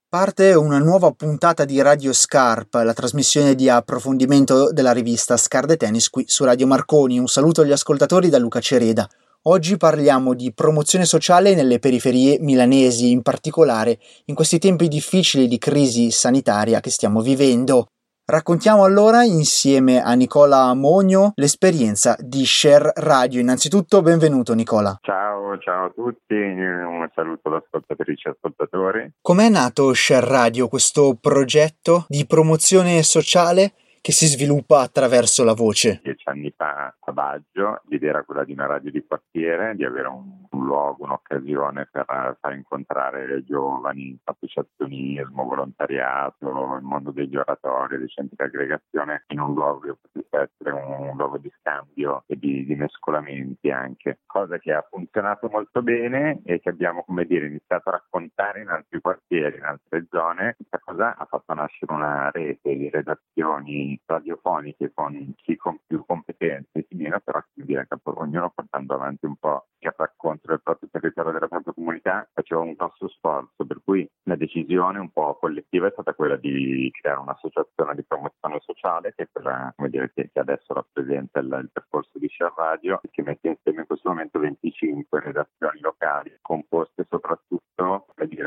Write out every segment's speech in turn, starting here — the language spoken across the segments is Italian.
Parte una nuova puntata di Radio Scarp, la trasmissione di approfondimento della rivista Scar de Tennis qui su Radio Marconi. Un saluto agli ascoltatori da Luca Cereda. Oggi parliamo di promozione sociale nelle periferie milanesi, in particolare in questi tempi difficili di crisi sanitaria che stiamo vivendo. Raccontiamo allora insieme a Nicola Mogno l'esperienza di Share Radio. Innanzitutto benvenuto Nicola. Ciao a tutti, un saluto ad ascoltatrici e ascoltatori. Com'è nato Share Radio, questo progetto di promozione sociale che si sviluppa attraverso la voce? 10 anni fa a Baggio l'idea era quella di una radio di quartiere, di avere un luogo, un'occasione per far incontrare giovani, associazionismo, volontariato, il mondo degli oratori, dei centri di aggregazione in un luogo che potesse essere un luogo di scambio e di mescolamenti anche, cosa che ha funzionato molto bene e che abbiamo iniziato a raccontare in altri quartieri, in altre zone. Questa cosa ha fatto nascere una rete di redazioni radiofoniche con chi con più competenze e chi meno, però ognuno portando avanti un po' il racconto del proprio territorio, della propria comunità, faceva un grosso sforzo, per cui la decisione un po' collettiva è stata quella di creare un'associazione di promozione sociale, che è quella che adesso rappresenta il percorso di Share Radio, che mette insieme in questo momento 25 redazioni locali, composte soprattutto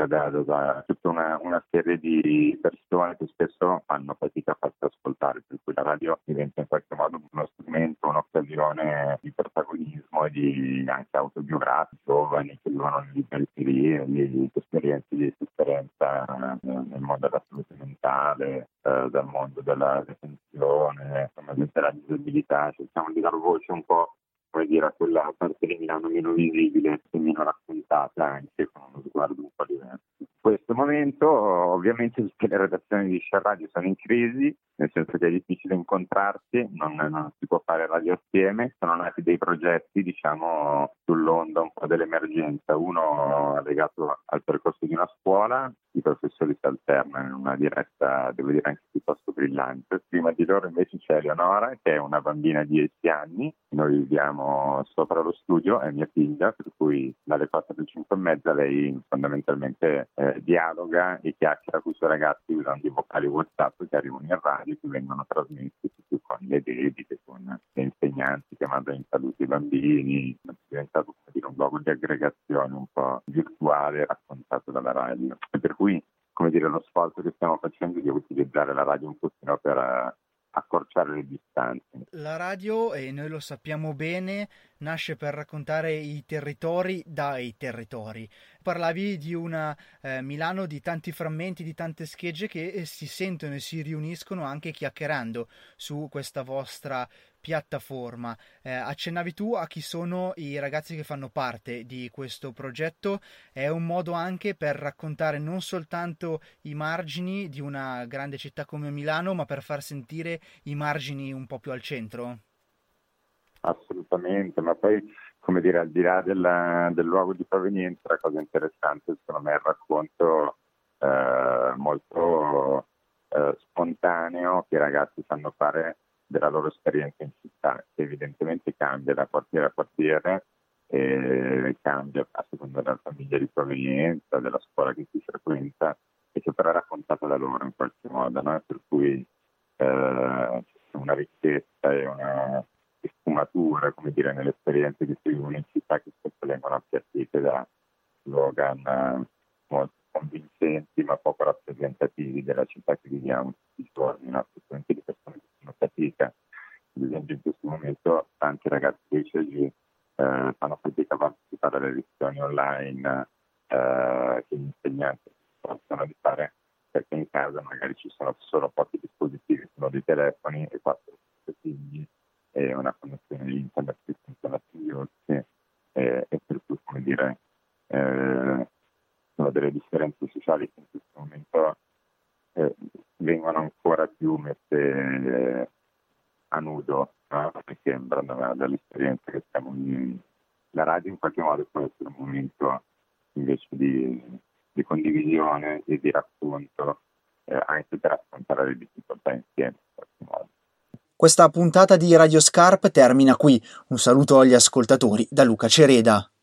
da tutta una serie di persone che spesso fanno fatica a farsi ascoltare, per cui la radio diventa in qualche modo uno strumento, un'occasione di protagonismo e di anche autobiografici, giovani che vivono nelle periferie, di esperienze di sofferenza nel mondo della salute mentale, dal mondo della detenzione, della disabilità. Cerchiamo di dar voce un po' a quella parte di Milano meno visibile e meno raccontata, anche con uno sguardo un po' diverso. In questo momento ovviamente tutte le redazioni di Share Radio sono in crisi, nel senso che è difficile incontrarsi, non si può fare radio assieme. Sono nati dei progetti sull'onda un po' dell'emergenza, uno legato al percorso di una scuola. I professori si alternano in una diretta, devo dire, anche piuttosto brillante. Prima di loro invece c'è Eleonora, che è una bambina di 10 anni. Noi viviamo sopra lo studio, è mia figlia, per cui dalle 4 alle 5 e mezza lei fondamentalmente dialoga e chiacchiera con i suoi ragazzi usando i vocali WhatsApp che arrivano in radio, che vengono trasmessi più con le dedite, con le insegnanti che mandano in salute i bambini. È diventato un luogo di aggregazione un po' virtuale raccontato dalla radio. E per cui, lo sforzo che stiamo facendo è di utilizzare la radio un pochino per accorciare le distanze. La radio, e noi lo sappiamo bene, nasce per raccontare i territori dai territori. Parlavi di una Milano di tanti frammenti, di tante schegge che si sentono e si riuniscono anche chiacchierando su questa vostra piattaforma. Accennavi tu a chi sono i ragazzi che fanno parte di questo progetto. È un modo anche per raccontare non soltanto i margini di una grande città come Milano, ma per far sentire i margini un po' più al centro? Assolutamente, ma poi, al di là del luogo di provenienza, la cosa interessante secondo me è il racconto molto spontaneo che i ragazzi fanno fare della loro esperienza in città, che evidentemente cambia da quartiere a quartiere, e cambia a seconda della famiglia di provenienza, della scuola che si frequenta, e che però è raccontata da loro in qualche modo, no? Per cui c'è una ricchezza e una sfumatura, nelle esperienze che si vivono in città, che spesso vengono appiattite da slogan molto convincenti ma poco rappresentativi della città che viviamo tutti i giorni, no? Specialmente di persone che fanno fatica. Ad esempio in questo momento tanti ragazzi dei CEG fanno fatica a partecipare alle lezioni online che gli insegnanti possono di fare, perché in casa magari ci sono solo pochi dispositivi, sono dei telefoni e 4 figli e una connessione di internet che funziona singhiozzi, e per cui sono delle differenze sociali che in questo momento vengono ancora più messe a nudo, no? Perché sembrano dall'esperienza che stiamo vivendo. La radio in qualche modo può essere un momento invece di condivisione e di racconto, anche per affrontare le difficoltà insieme in qualche modo. Questa puntata di Radio Scarp termina qui. Un saluto agli ascoltatori da Luca Cereda.